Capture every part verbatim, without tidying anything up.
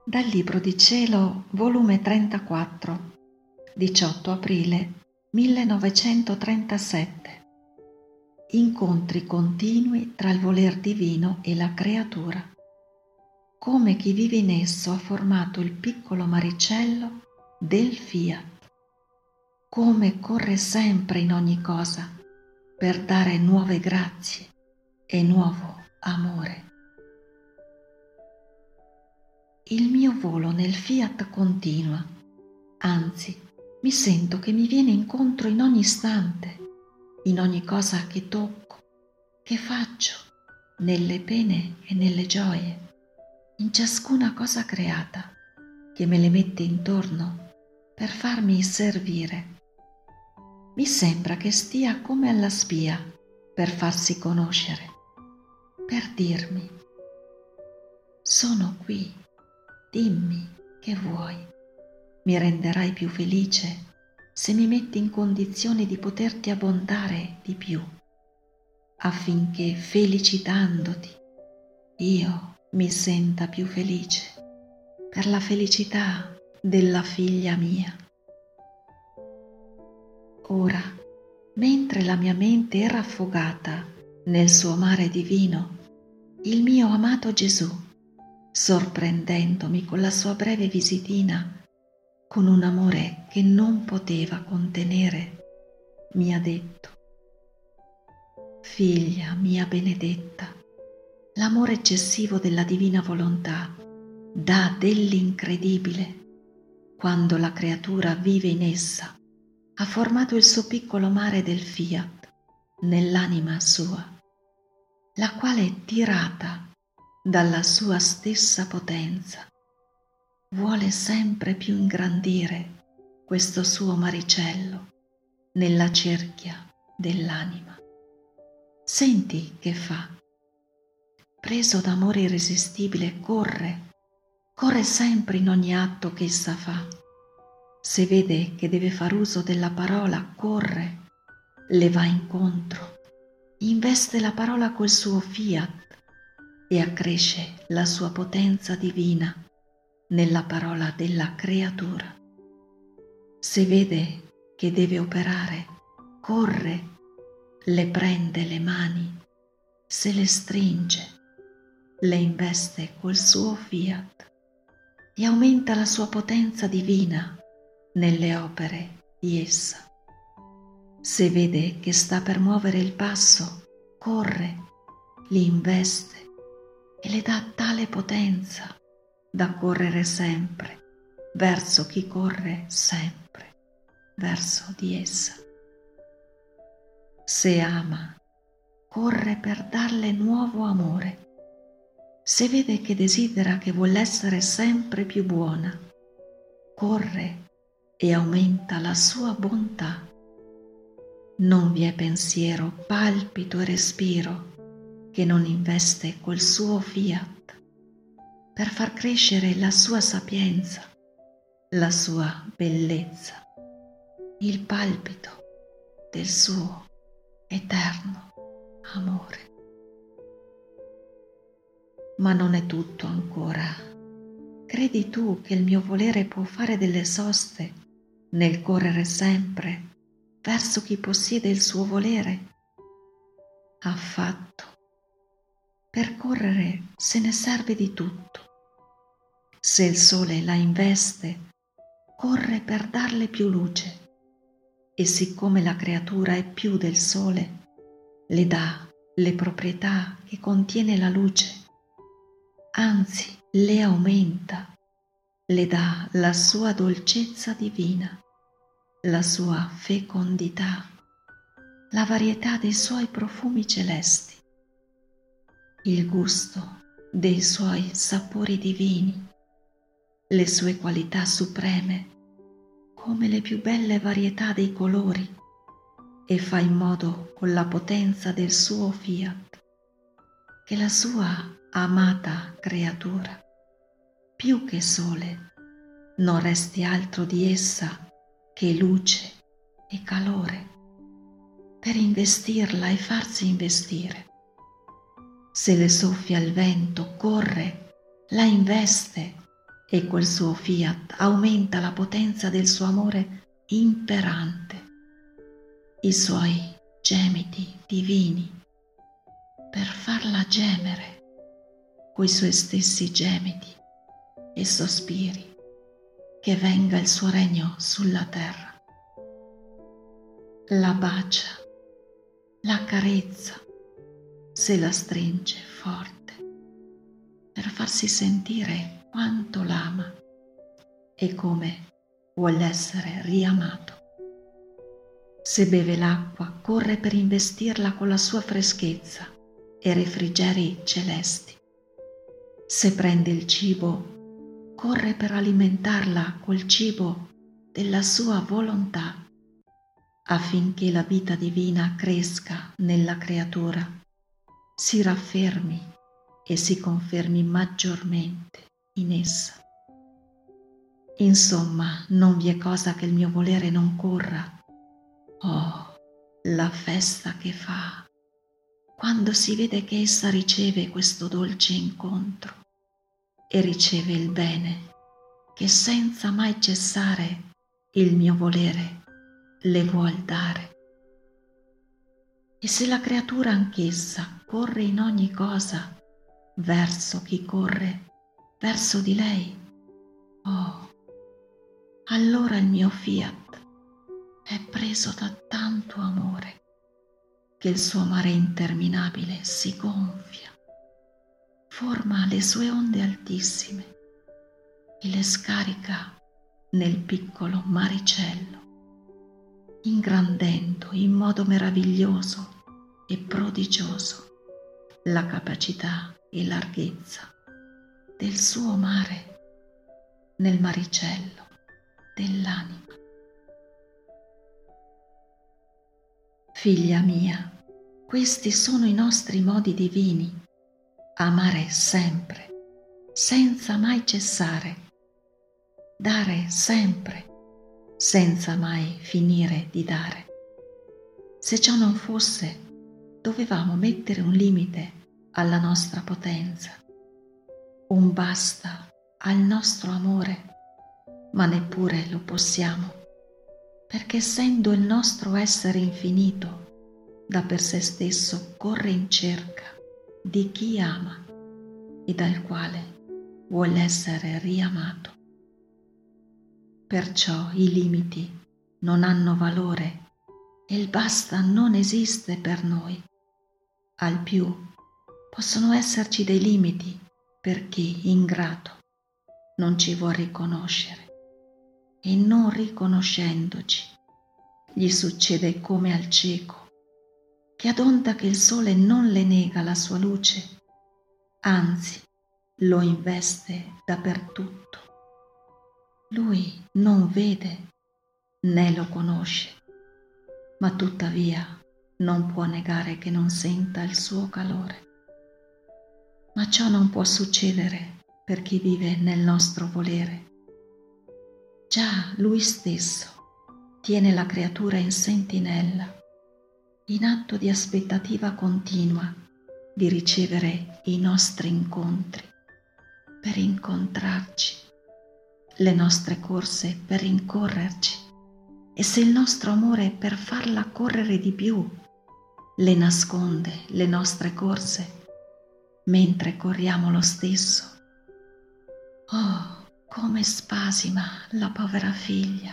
Dal Libro di Cielo, volume trentaquattro, diciotto aprile millenovecentotrentasette. Incontri continui tra il voler divino e la creatura. Come chi vive in esso ha formato il piccolo maricello del fiat. Come corre sempre in ogni cosa per dare nuove grazie e nuovo amore. Il mio volo nel fiat continua, anzi, mi sento che mi viene incontro in ogni istante, in ogni cosa che tocco, che faccio, nelle pene e nelle gioie, in ciascuna cosa creata, che me le mette intorno per farmi servire. Mi sembra che stia come alla spia per farsi conoscere, per dirmi: sono qui. Dimmi che vuoi. Mi renderai più felice se mi metti in condizione di poterti abbondare di più, affinché felicitandoti io mi senta più felice per la felicità della figlia mia. Ora, mentre la mia mente era affogata nel suo mare divino, il mio amato Gesù, sorprendendomi con la sua breve visitina, con un amore che non poteva contenere, mi ha detto: figlia mia benedetta, l'amore eccessivo della divina volontà dà dell'incredibile quando la creatura vive in essa, ha formato il suo piccolo mare del fiat nell'anima sua, la quale è tirata dalla sua stessa potenza, vuole sempre più ingrandire questo suo maricello nella cerchia dell'anima. Senti che fa. Preso d'amore irresistibile, corre, corre sempre in ogni atto che essa fa. Se vede che deve far uso della parola, corre, le va incontro, investe la parola col suo fiat e accresce la sua potenza divina nella parola della creatura. Se vede che deve operare, corre, le prende le mani, se le stringe, le investe col suo fiat e aumenta la sua potenza divina nelle opere di essa. Se vede che sta per muovere il passo, corre, li investe e le dà tale potenza da correre sempre verso chi corre sempre verso di essa. Se ama, corre per darle nuovo amore. Se vede che desidera, che vuol essere sempre più buona, corre e aumenta la sua bontà. Non vi è pensiero, palpito e respiro che non investe col suo fiat per far crescere la sua sapienza, la sua bellezza, il palpito del suo eterno amore. Ma non è tutto ancora. Credi tu che il mio volere può fare delle soste nel correre sempre verso chi possiede il suo volere? Affatto. Per correre se ne serve di tutto. Se il sole la investe, corre per darle più luce, e siccome la creatura è più del sole, le dà le proprietà che contiene la luce, anzi le aumenta, le dà la sua dolcezza divina, la sua fecondità, la varietà dei suoi profumi celesti, il gusto dei suoi sapori divini, le sue qualità supreme, come le più belle varietà dei colori, e fa in modo con la potenza del suo fiat che la sua amata creatura, più che sole, non resti altro di essa che luce e calore, per investirla e farsi investire. Se le soffia il vento, corre, la investe e quel suo fiat aumenta la potenza del suo amore imperante, i suoi gemiti divini, per farla gemere coi suoi stessi gemiti e sospiri, che venga il suo regno sulla terra. La bacia, la carezza, se la stringe forte, per farsi sentire quanto l'ama e come vuole essere riamato. Se beve l'acqua, corre per investirla con la sua freschezza e refrigeri celesti. Se prende il cibo, corre per alimentarla col cibo della sua volontà, affinché la vita divina cresca nella creatura, si raffermi e si confermi maggiormente in essa. Insomma, non vi è cosa che il mio volere non corra. Oh, la festa che fa quando si vede che essa riceve questo dolce incontro e riceve il bene che senza mai cessare il mio volere le vuol dare. E se la creatura anch'essa corre in ogni cosa verso chi corre verso di lei, oh, allora il mio fiat è preso da tanto amore che il suo mare interminabile si gonfia, forma le sue onde altissime e le scarica nel piccolo maricello, ingrandendo in modo meraviglioso e prodigioso la capacità e larghezza del suo mare nel maricello dell'anima. Figlia mia, questi sono i nostri modi divini: amare sempre, senza mai cessare, dare sempre, senza mai finire di dare. Se ciò non fosse, dovevamo mettere un limite alla nostra potenza, un basta al nostro amore, ma neppure lo possiamo, perché essendo il nostro essere infinito, da per sé stesso corre in cerca di chi ama e dal quale vuole essere riamato. Perciò i limiti non hanno valore e il basta non esiste per noi. Al più possono esserci dei limiti per chi ingrato non ci vuol riconoscere e non riconoscendoci gli succede come al cieco, che ad onta che il sole non le nega la sua luce, anzi lo investe dappertutto. Lui non vede né lo conosce, ma tuttavia non può negare che non senta il suo calore. Ma ciò non può succedere per chi vive nel nostro volere. Già lui stesso tiene la creatura in sentinella, in atto di aspettativa continua di ricevere i nostri incontri per incontrarci, le nostre corse per rincorrerci, e se il nostro amore per farla correre di più le nasconde le nostre corse mentre corriamo lo stesso. Oh, come spasima la povera figlia,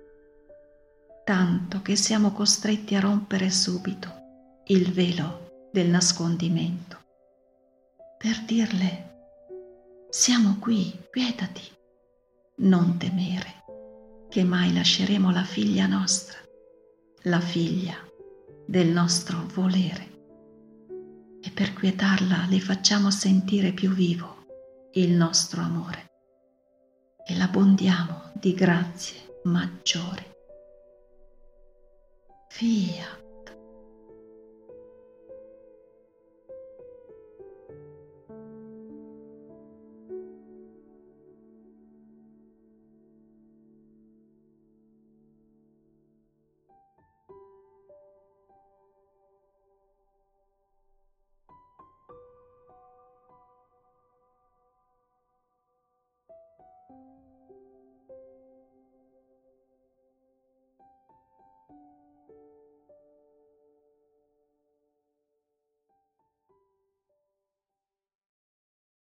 tanto che siamo costretti a rompere subito il velo del nascondimento per dirle: siamo qui, quietati, non temere, che mai lasceremo la figlia nostra, la figlia del nostro volere, e per quietarla le facciamo sentire più vivo il nostro amore e l'abbondiamo di grazie maggiori. Via,